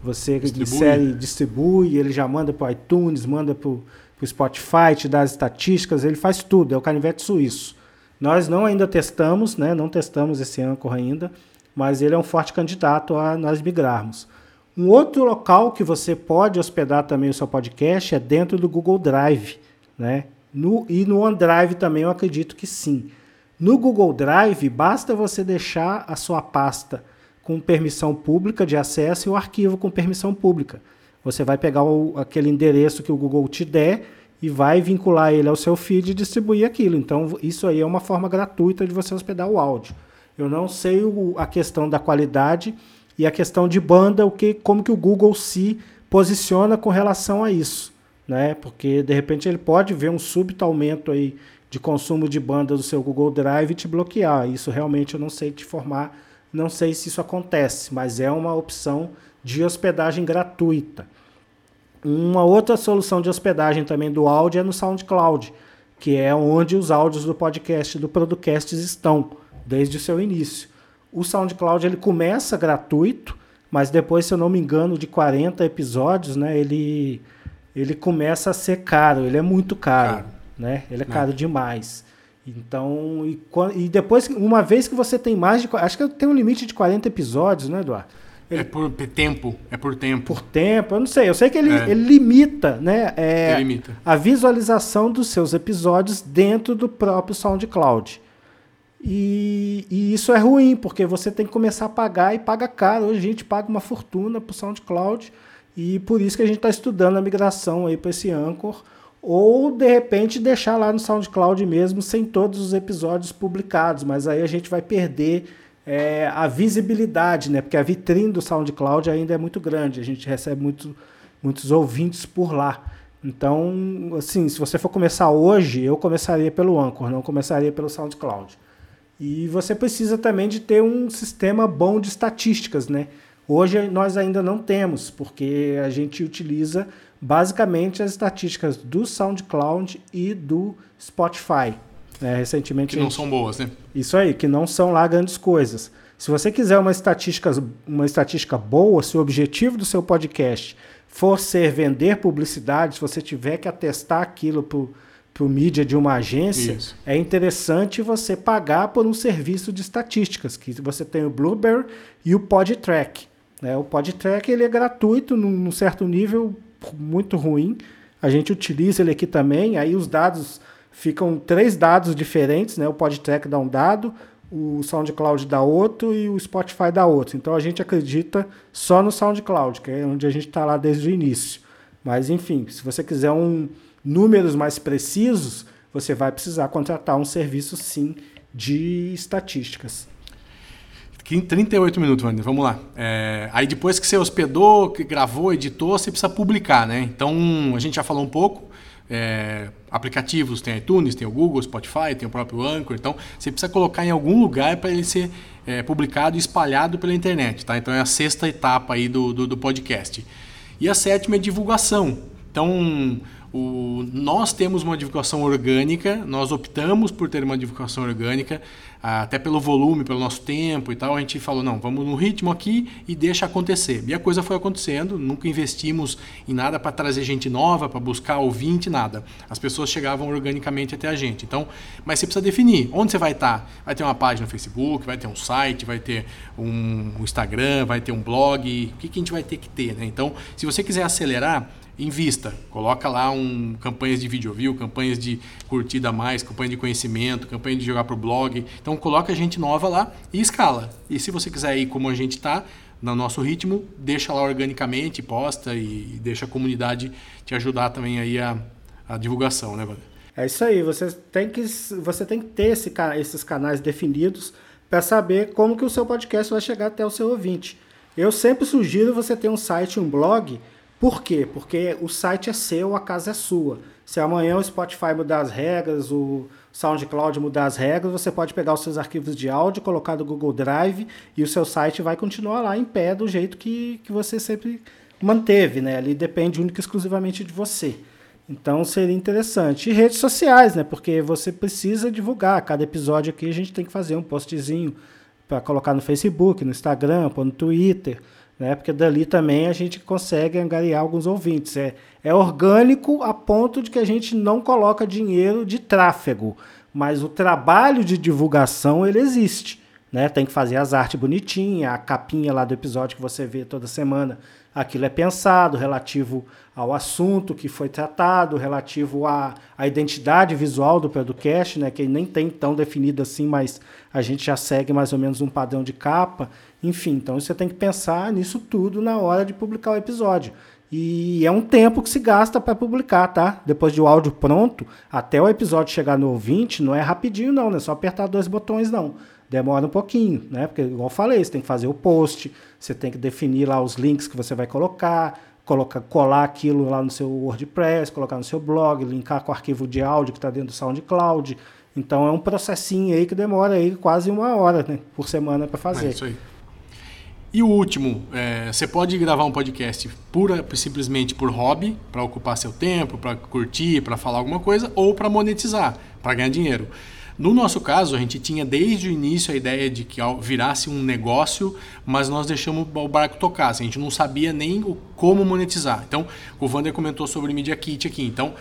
Você distribui. insere, distribui, ele já manda para o iTunes, manda para o Spotify, te dá as estatísticas, ele faz tudo, é o canivete suíço. Nós não ainda testamos, né? Não testamos esse Anchor ainda, mas ele é um forte candidato a nós migrarmos. Um outro local que você pode hospedar também o seu podcast é dentro do Google Drive, né? No, e no OneDrive também eu acredito que sim. No Google Drive, basta você deixar a sua pasta com permissão pública de acesso e o arquivo com permissão pública. Você vai pegar o, aquele endereço que o Google te der e vai vincular ele ao seu feed e distribuir aquilo. Então, isso aí é uma forma gratuita de você hospedar o áudio. Eu não sei o, a questão da qualidade e a questão de banda, o que, como que o Google se posiciona com relação a isso, né? Porque, de repente, ele pode ver um súbito aumento aí de consumo de banda do seu Google Drive e te bloquear. Isso realmente eu não sei te informar, não sei se isso acontece, mas é uma opção de hospedagem gratuita. Uma outra solução de hospedagem também do áudio é no SoundCloud, que é onde os áudios do podcast, do Producast estão, desde o seu início. O SoundCloud ele começa gratuito, mas depois, se eu não me engano, de quarenta episódios, né, ele, ele começa a ser caro, ele é muito caro, caro. Né? Ele é caro é. demais. Então, e, e depois, uma vez que você tem mais de... Acho que tem um limite de quarenta episódios, né, Eduardo? Ele, é por tempo, é por tempo. Por tempo, eu não sei. Eu sei que ele, é. ele limita, né, é, ele limita a visualização dos seus episódios dentro do próprio SoundCloud. E, e isso é ruim, porque você tem que começar a pagar e paga caro. Hoje a gente paga uma fortuna para o SoundCloud e por isso que a gente está estudando a migração aí para esse Anchor. Ou, de repente, deixar lá no SoundCloud mesmo, sem todos os episódios publicados. Mas aí a gente vai perder é, a visibilidade, né? Porque a vitrine do SoundCloud ainda é muito grande. A gente recebe muito, muitos ouvintes por lá. Então, assim, se você for começar hoje, eu começaria pelo Anchor, não começaria pelo SoundCloud. E você precisa também de ter um sistema bom de estatísticas, né? Hoje nós ainda não temos, porque a gente utiliza basicamente as estatísticas do SoundCloud e do Spotify. É, recentemente que não gente... são boas, né? Isso aí, que não são lá grandes coisas. Se você quiser uma estatística, uma estatística boa, se o objetivo do seu podcast for ser vender publicidade, se você tiver que atestar aquilo para o mídia de uma agência, Isso. é interessante você pagar por um serviço de estatísticas, que você tem o Blueberry e o PodTrack. Né? O PodTrack ele é gratuito num, num certo nível muito ruim. A gente utiliza ele aqui também, aí os dados ficam três dados diferentes, né? O PodTrack dá um dado, o SoundCloud dá outro e o Spotify dá outro. Então a gente acredita só no SoundCloud, que é onde a gente está lá desde o início. Mas enfim, se você quiser um, números mais precisos, você vai precisar contratar um serviço sim de estatísticas. trinta e oito minutos, Wander, vamos lá. É, aí depois que você hospedou, que gravou, editou, você precisa publicar, né? Então, a gente já falou um pouco. É, aplicativos, tem iTunes, tem o Google, Spotify, tem o próprio Anchor. Então, você precisa colocar em algum lugar para ele ser é, publicado e espalhado pela internet, tá? Então, é a sexta etapa aí do, do, do podcast. E a sétima é divulgação. Então, o, nós temos uma divulgação orgânica, nós optamos por ter uma divulgação orgânica, até pelo volume, pelo nosso tempo e tal, a gente falou, não, vamos no ritmo aqui e deixa acontecer. E a coisa foi acontecendo, nunca investimos em nada para trazer gente nova, para buscar ouvinte, nada. As pessoas chegavam organicamente até a gente. Então, mas você precisa definir onde você vai estar. Vai ter uma página no Facebook, vai ter um site, vai ter um Instagram, vai ter um blog, o que, que a gente vai ter que ter, né? Então, se você quiser acelerar, invista, coloca lá um, campanhas de video view, campanhas de curtida a mais, campanha de conhecimento, campanha de jogar para o blog. Então coloca gente nova lá e escala. E se você quiser ir como a gente está, no nosso ritmo, deixa lá organicamente, posta e deixa a comunidade te ajudar também aí a, a divulgação, né, Wander? É isso aí, você tem que, você tem que ter esse, esses canais definidos para saber como que o seu podcast vai chegar até o seu ouvinte. Eu sempre sugiro você ter um site, um blog. Por quê? Porque o site é seu, a casa é sua. Se amanhã o Spotify mudar as regras, o SoundCloud mudar as regras, você pode pegar os seus arquivos de áudio, colocar no Google Drive e o seu site vai continuar lá em pé do jeito que, que você sempre manteve, né? Ali depende única e exclusivamente de você. Então seria interessante. E redes sociais, né? Porque você precisa divulgar. Cada episódio aqui a gente tem que fazer um postzinho para colocar no Facebook, no Instagram, no Twitter. né? Porque dali também a gente consegue angariar alguns ouvintes. É, é orgânico a ponto de que a gente não coloca dinheiro de tráfego, mas o trabalho de divulgação ele existe, né? Tem que fazer as artes bonitinhas, a capinha lá do episódio que você vê toda semana, aquilo é pensado, relativo ao assunto que foi tratado, relativo à, à identidade visual do podcast, né? Que nem tem tão definido assim, mas a gente já segue mais ou menos um padrão de capa. Enfim, então você tem que pensar nisso tudo na hora de publicar o episódio. E é um tempo que se gasta para publicar, tá? Depois de o áudio pronto, até o episódio chegar no ouvinte, não é rapidinho não, não é só apertar dois botões não. Demora um pouquinho, né? Porque, igual eu falei, você tem que fazer o post, você tem que definir lá os links que você vai colocar, colocar, colar aquilo lá no seu WordPress, colocar no seu blog, linkar com o arquivo de áudio que está dentro do SoundCloud. Então é um processinho aí que demora aí quase uma hora, né, por semana para fazer. É isso aí. E o último, é, você pode gravar um podcast pura, simplesmente por hobby, para ocupar seu tempo, para curtir, para falar alguma coisa, ou para monetizar, para ganhar dinheiro. No nosso caso, a gente tinha desde o início a ideia de que virasse um negócio, mas nós deixamos o barco tocar. Assim, a gente não sabia nem o, como monetizar. Então, o Wander comentou sobre Media Kit aqui. Então,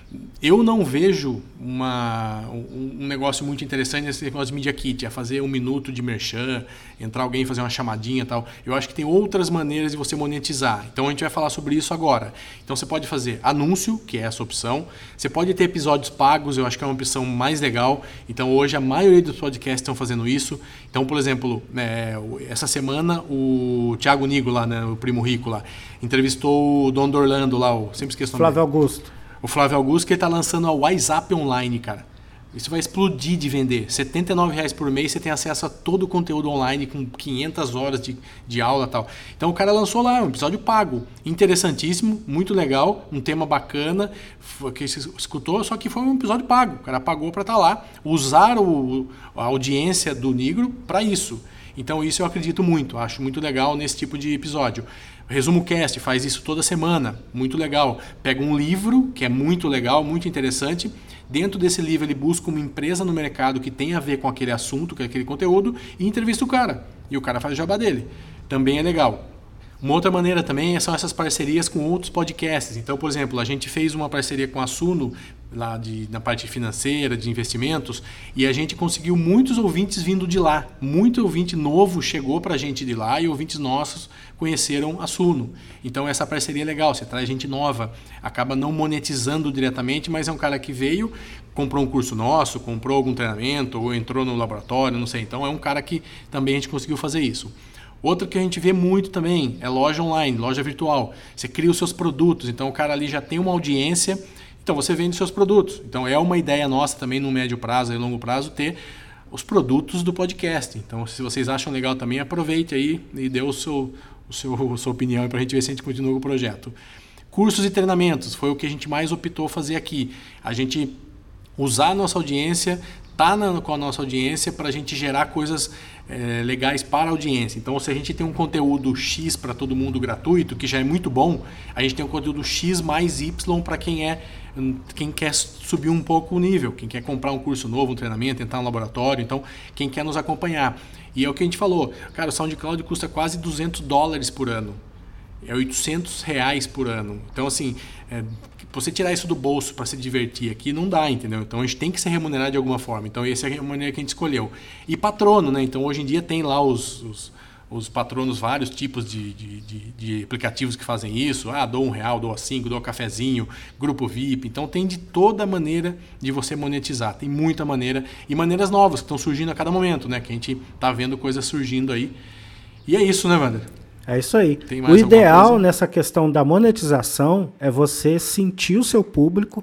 eu não vejo uma, um, um negócio muito interessante nesse negócio de Media Kit, é fazer um minuto de merchan, entrar alguém e fazer uma chamadinha e tal. Eu acho que tem outras maneiras de você monetizar. Então a gente vai falar sobre isso agora. Então você pode fazer anúncio, que é essa opção. Você pode ter episódios pagos, eu acho que é uma opção mais legal. Então hoje a maioria dos podcasts estão fazendo isso. Então, por exemplo, é, essa semana o Thiago Nigo lá, né, o Primo Rico lá, entrevistou o Dom do Orlando lá, o, sempre esqueço o nome Flávio dele. Augusto. O Flávio Augusto, que ele está lançando a WhatsApp Online, cara. Isso vai explodir de vender. setenta e nove reais por mês, você tem acesso a todo o conteúdo online com quinhentas horas de, de aula e tal. Então o cara lançou lá um episódio pago. Interessantíssimo, muito legal, um tema bacana, que você escutou, só que foi um episódio pago. O cara pagou para estar lá. Usaram o, a audiência do Nigro para isso. Então isso eu acredito muito, acho muito legal nesse tipo de episódio. Resumo Cast faz isso toda semana, muito legal. Pega um livro, que é muito legal, muito interessante. Dentro desse livro ele busca uma empresa no mercado que tem a ver com aquele assunto, com aquele conteúdo, e entrevista o cara. E o cara faz o jabá dele. Também é legal. Uma outra maneira também são essas parcerias com outros podcasts. Então, por exemplo, a gente fez uma parceria com a Suno, lá de, na parte financeira, de investimentos, e a gente conseguiu muitos ouvintes vindo de lá. Muito ouvinte novo chegou para a gente de lá e ouvintes nossos conheceram a Suno. Então, essa parceria é legal, você traz gente nova, acaba não monetizando diretamente, mas é um cara que veio, comprou um curso nosso, comprou algum treinamento, ou entrou no laboratório, não sei. Então, é um cara que também a gente conseguiu fazer isso. Outro que a gente vê muito também é loja online, loja virtual. Você cria os seus produtos, então o cara ali já tem uma audiência, então você vende os seus produtos. Então é uma ideia nossa também no médio prazo e longo prazo ter os produtos do podcast. Então se vocês acham legal também, aproveite aí e dê o seu, o seu, a sua opinião para a gente ver se a gente continua com o projeto. Cursos e treinamentos, foi o que a gente mais optou fazer aqui. A gente usar a nossa audiência, tá na, com a nossa audiência para a gente gerar coisas é, legais para a audiência. Então, se a gente tem um conteúdo X para todo mundo gratuito, que já é muito bom, a gente tem um conteúdo X mais Y para quem é quem quer subir um pouco o nível, quem quer comprar um curso novo, um treinamento, entrar no laboratório, então quem quer nos acompanhar. E é o que a gente falou, cara, o SoundCloud custa quase duzentos dólares por ano. É oitocentos reais por ano. Então, assim, é, você tirar isso do bolso para se divertir aqui não dá, entendeu? Então, a gente tem que ser remunerado de alguma forma. Então, essa é a maneira que a gente escolheu. E patrono, né? Então, hoje em dia tem lá os, os, os patronos, vários tipos de, de, de, de aplicativos que fazem isso. Ah, dou um real, dou cinco, dou um cafezinho, grupo V I P. Então, tem de toda maneira de você monetizar. Tem muita maneira. E maneiras novas que estão surgindo a cada momento, né? Que a gente está vendo coisas surgindo aí. E é isso, né, Wander? É isso aí. O ideal nessa questão da monetização é você sentir o seu público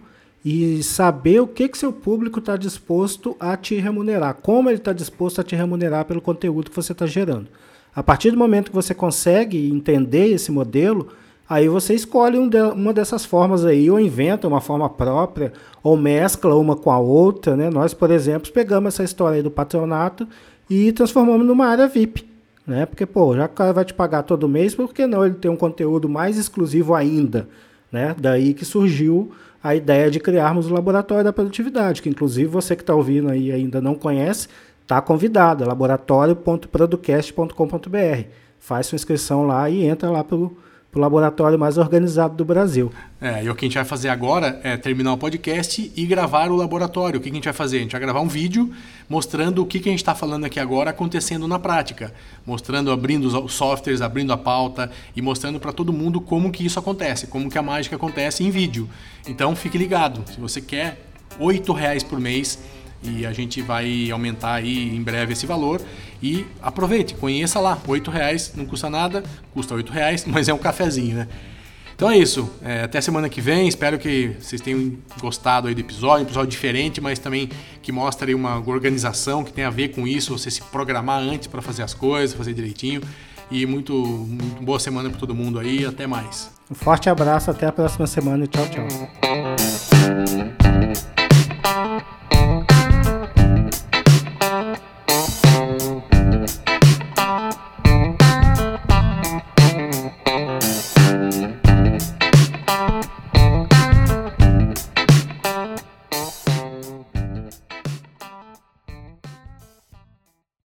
e saber o que que seu público está disposto a te remunerar, como ele está disposto a te remunerar pelo conteúdo que você está gerando. A partir do momento que você consegue entender esse modelo, aí você escolhe um de, uma dessas formas aí, ou inventa uma forma própria, ou mescla uma com a outra, né? Nós, por exemplo, pegamos essa história aí do patronato e transformamos numa área V I P. Né? Porque, pô, já que o cara vai te pagar todo mês, por que não ele tem um conteúdo mais exclusivo ainda? Né? Daí que surgiu a ideia de criarmos o Laboratório da Produtividade, que inclusive você que está ouvindo aí e ainda não conhece, está convidado, laboratório ponto producast ponto com ponto br. faz sua inscrição lá e entra lá pro, pro laboratório mais organizado do Brasil. É, e o que a gente vai fazer agora é terminar o podcast e gravar o laboratório. O que a gente vai fazer? A gente vai gravar um vídeo mostrando o que a gente está falando aqui agora acontecendo na prática. Mostrando, abrindo os softwares, abrindo a pauta e mostrando para todo mundo como que isso acontece, como que a mágica acontece em vídeo. Então fique ligado, se você quer oito reais por mês, e a gente vai aumentar aí em breve esse valor, e aproveite, conheça lá, oito reais, não custa nada, custa oito reais, mas é um cafezinho, né? Então é isso, é, até semana que vem, espero que vocês tenham gostado aí do episódio, um episódio diferente, mas também que mostra aí uma organização que tem a ver com isso, você se programar antes para fazer as coisas, fazer direitinho, e muito, muito boa semana para todo mundo aí, até mais. Um forte abraço, até a próxima semana e tchau, tchau.